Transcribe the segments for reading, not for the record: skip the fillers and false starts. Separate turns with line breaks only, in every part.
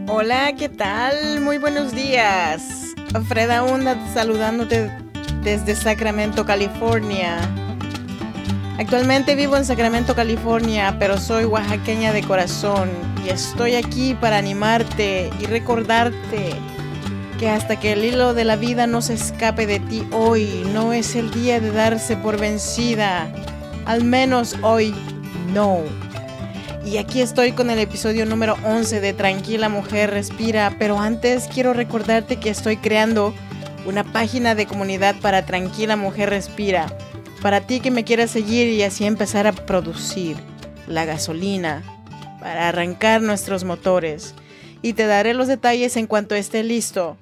Hola, ¿qué tal? Muy buenos días. Freda Hunda saludándote desde Sacramento, California. Actualmente vivo en Sacramento, California, pero soy oaxaqueña de corazón y estoy aquí para animarte y recordarte que hasta que el hilo de la vida no se escape de ti hoy, no es el día de darse por vencida. Al menos hoy no. Y aquí estoy con el episodio número 11 de Tranquila Mujer Respira, pero antes quiero recordarte que estoy creando una página de comunidad para Tranquila Mujer Respira, para ti que me quieras seguir y así empezar a producir la gasolina para arrancar nuestros motores. Y te daré los detalles en cuanto esté listo.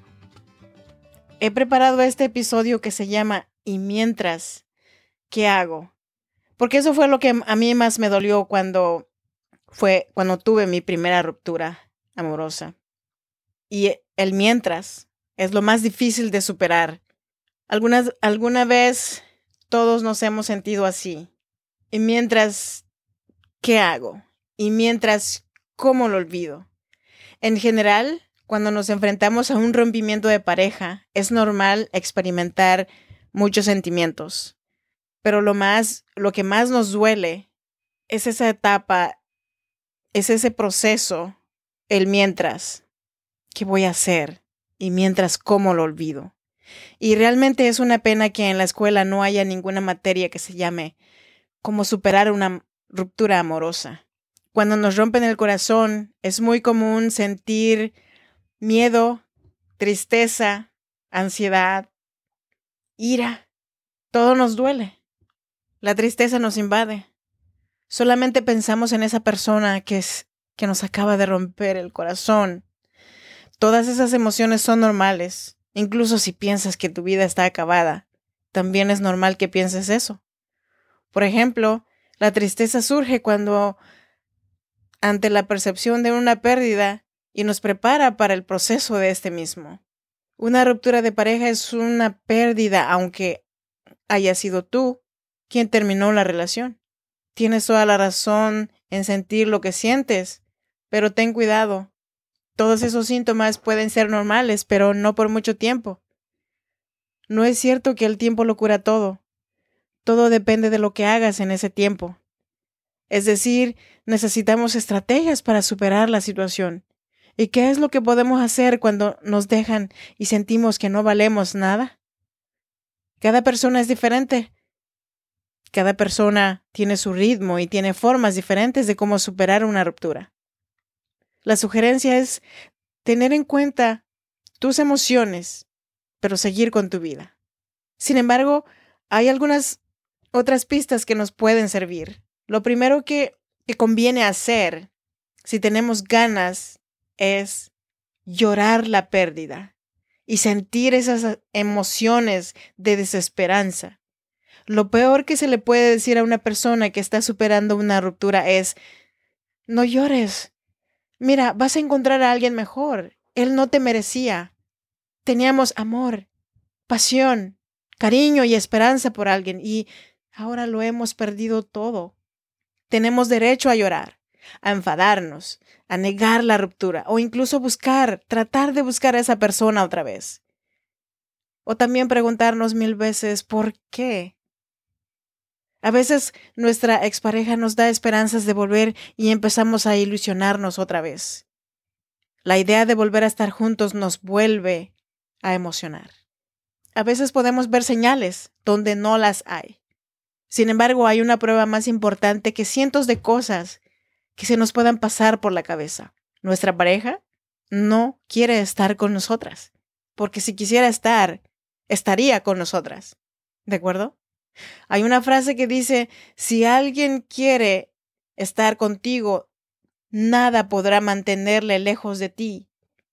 He preparado este episodio que se llama "Y mientras, ¿qué hago?". Porque eso fue lo que a mí más me dolió cuando tuve mi primera ruptura amorosa. Y el mientras es lo más difícil de superar. Alguna vez todos nos hemos sentido así. Y mientras, ¿qué hago? Y mientras, ¿cómo lo olvido? En general, cuando nos enfrentamos a un rompimiento de pareja, es normal experimentar muchos sentimientos. Pero lo que más nos duele es esa etapa, es ese proceso, el mientras, ¿qué voy a hacer? Y mientras, ¿cómo lo olvido? Y realmente es una pena que en la escuela no haya ninguna materia que se llame cómo superar una ruptura amorosa. Cuando nos rompen el corazón, es muy común sentir miedo, tristeza, ansiedad, ira. Todo nos duele. La tristeza nos invade. Solamente pensamos en esa persona que nos acaba de romper el corazón. Todas esas emociones son normales. Incluso si piensas que tu vida está acabada, también es normal que pienses eso. Por ejemplo, la tristeza surge ante la percepción de una pérdida y nos prepara para el proceso de este mismo. Una ruptura de pareja es una pérdida, aunque haya sido tú quien terminó la relación. Tienes toda la razón en sentir lo que sientes, pero ten cuidado. Todos esos síntomas pueden ser normales, pero no por mucho tiempo. No es cierto que el tiempo lo cura todo. Todo depende de lo que hagas en ese tiempo. Es decir, necesitamos estrategias para superar la situación. ¿Y qué es lo que podemos hacer cuando nos dejan y sentimos que no valemos nada? Cada persona es diferente. Cada persona tiene su ritmo y tiene formas diferentes de cómo superar una ruptura. La sugerencia es tener en cuenta tus emociones, pero seguir con tu vida. Sin embargo, hay algunas otras pistas que nos pueden servir. Lo primero que conviene hacer, si tenemos ganas, es llorar la pérdida y sentir esas emociones de desesperanza. Lo peor que se le puede decir a una persona que está superando una ruptura es: no llores. Mira, vas a encontrar a alguien mejor. Él no te merecía. Teníamos amor, pasión, cariño y esperanza por alguien y ahora lo hemos perdido todo. Tenemos derecho a llorar, a enfadarnos, a negar la ruptura o incluso tratar de buscar a esa persona otra vez. O también preguntarnos 1000 veces ¿por qué? A veces nuestra expareja nos da esperanzas de volver y empezamos a ilusionarnos otra vez. La idea de volver a estar juntos nos vuelve a emocionar. A veces podemos ver señales donde no las hay. Sin embargo, hay una prueba más importante que cientos de cosas que se nos puedan pasar por la cabeza. Nuestra pareja no quiere estar con nosotras, porque si quisiera estar, estaría con nosotras. ¿De acuerdo? Hay una frase que dice: si alguien quiere estar contigo, nada podrá mantenerle lejos de ti.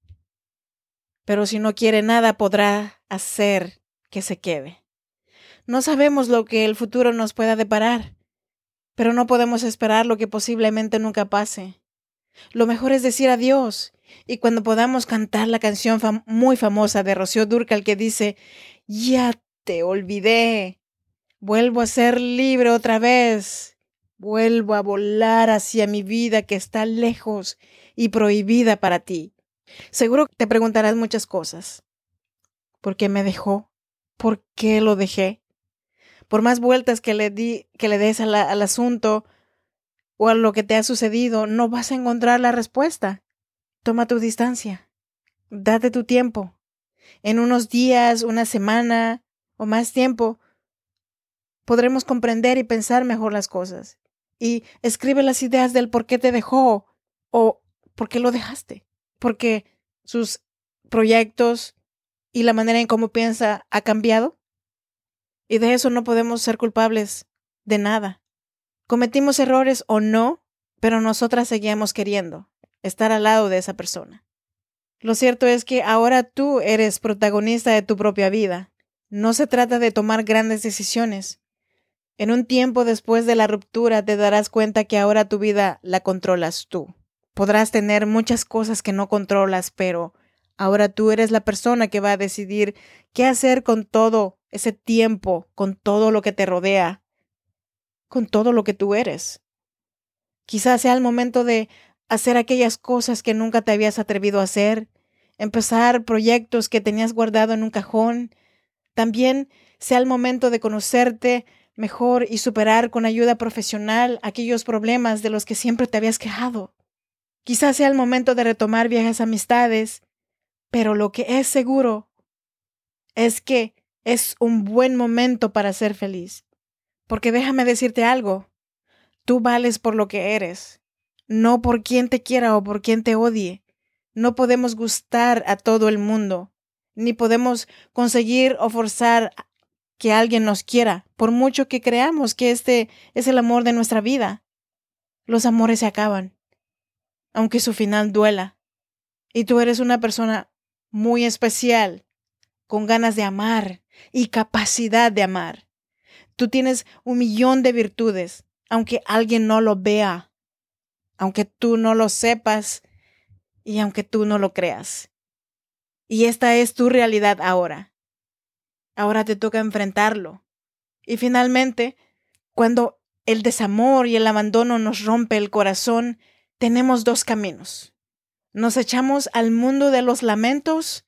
Pero si no quiere, nada podrá hacer que se quede. No sabemos lo que el futuro nos pueda deparar, pero no podemos esperar lo que posiblemente nunca pase. Lo mejor es decir adiós, y cuando podamos cantar la canción muy famosa de Rocío Dúrcal que dice: ya te olvidé. Vuelvo a ser libre otra vez. Vuelvo a volar hacia mi vida que está lejos y prohibida para ti. Seguro te preguntarás muchas cosas. ¿Por qué me dejó? ¿Por qué lo dejé? Por más vueltas que le des al asunto o a lo que te ha sucedido, no vas a encontrar la respuesta. Toma tu distancia. Date tu tiempo. En unos días, una semana o más tiempo, podremos comprender y pensar mejor las cosas. Y escribe las ideas del por qué te dejó o por qué lo dejaste. Porque sus proyectos y la manera en cómo piensa ha cambiado. Y de eso no podemos ser culpables de nada. Cometimos errores o no, pero nosotras seguíamos queriendo estar al lado de esa persona. Lo cierto es que ahora tú eres protagonista de tu propia vida. No se trata de tomar grandes decisiones. En un tiempo después de la ruptura te darás cuenta que ahora tu vida la controlas tú. Podrás tener muchas cosas que no controlas, pero ahora tú eres la persona que va a decidir qué hacer con todo ese tiempo, con todo lo que te rodea, con todo lo que tú eres. Quizás sea el momento de hacer aquellas cosas que nunca te habías atrevido a hacer, empezar proyectos que tenías guardado en un cajón. También sea el momento de conocerte mejor y superar con ayuda profesional aquellos problemas de los que siempre te habías quejado. Quizás sea el momento de retomar viejas amistades, pero lo que es seguro es que es un buen momento para ser feliz. Porque déjame decirte algo, tú vales por lo que eres, no por quien te quiera o por quien te odie. No podemos gustar a todo el mundo, ni podemos conseguir o forzar que alguien nos quiera, por mucho que creamos que este es el amor de nuestra vida. Los amores se acaban, aunque su final duela. Y tú eres una persona muy especial, con ganas de amar y capacidad de amar. Tú tienes 1,000,000 de virtudes, aunque alguien no lo vea, aunque tú no lo sepas y aunque tú no lo creas. Y esta es tu realidad ahora. Ahora te toca enfrentarlo. Y finalmente, cuando el desamor y el abandono nos rompe el corazón, tenemos 2 caminos. Nos echamos al mundo de los lamentos,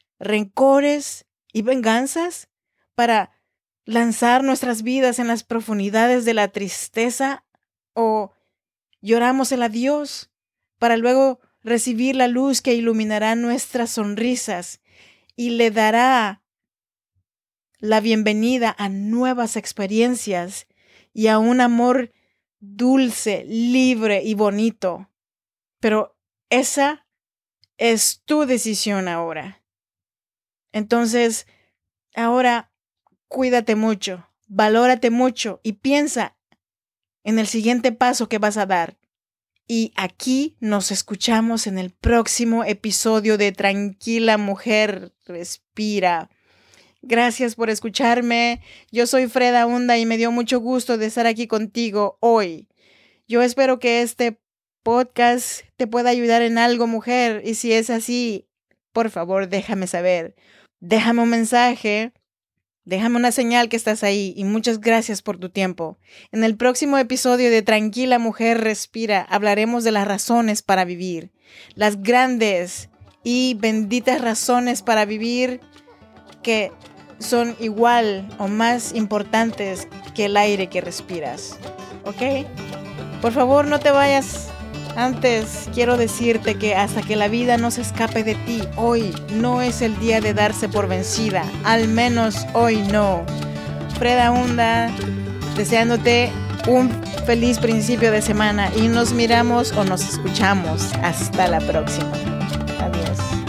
rencores y venganzas para lanzar nuestras vidas en las profundidades de la tristeza, o lloramos el adiós para luego recibir la luz que iluminará nuestras sonrisas y le dará la bienvenida a nuevas experiencias y a un amor dulce, libre y bonito. Pero esa es tu decisión ahora. Entonces, ahora cuídate mucho, valórate mucho y piensa en el siguiente paso que vas a dar. Y aquí nos escuchamos en el próximo episodio de Tranquila Mujer Respira. Gracias por escucharme. Yo soy Freda Hunda y me dio mucho gusto de estar aquí contigo hoy. Yo espero que este podcast te pueda ayudar en algo, mujer. Y si es así, por favor, déjame saber. Déjame un mensaje. Déjame una señal que estás ahí y muchas gracias por tu tiempo. En el próximo episodio de Tranquila Mujer Respira hablaremos de las razones para vivir. Las grandes y benditas razones para vivir que son igual o más importantes que el aire que respiras. ¿Ok? Por favor, no te vayas. Antes quiero decirte que hasta que la vida no se escape de ti, hoy no es el día de darse por vencida. Al menos hoy no. Freda Hunda, deseándote un feliz principio de semana y nos miramos o nos escuchamos. Hasta la próxima. Adiós.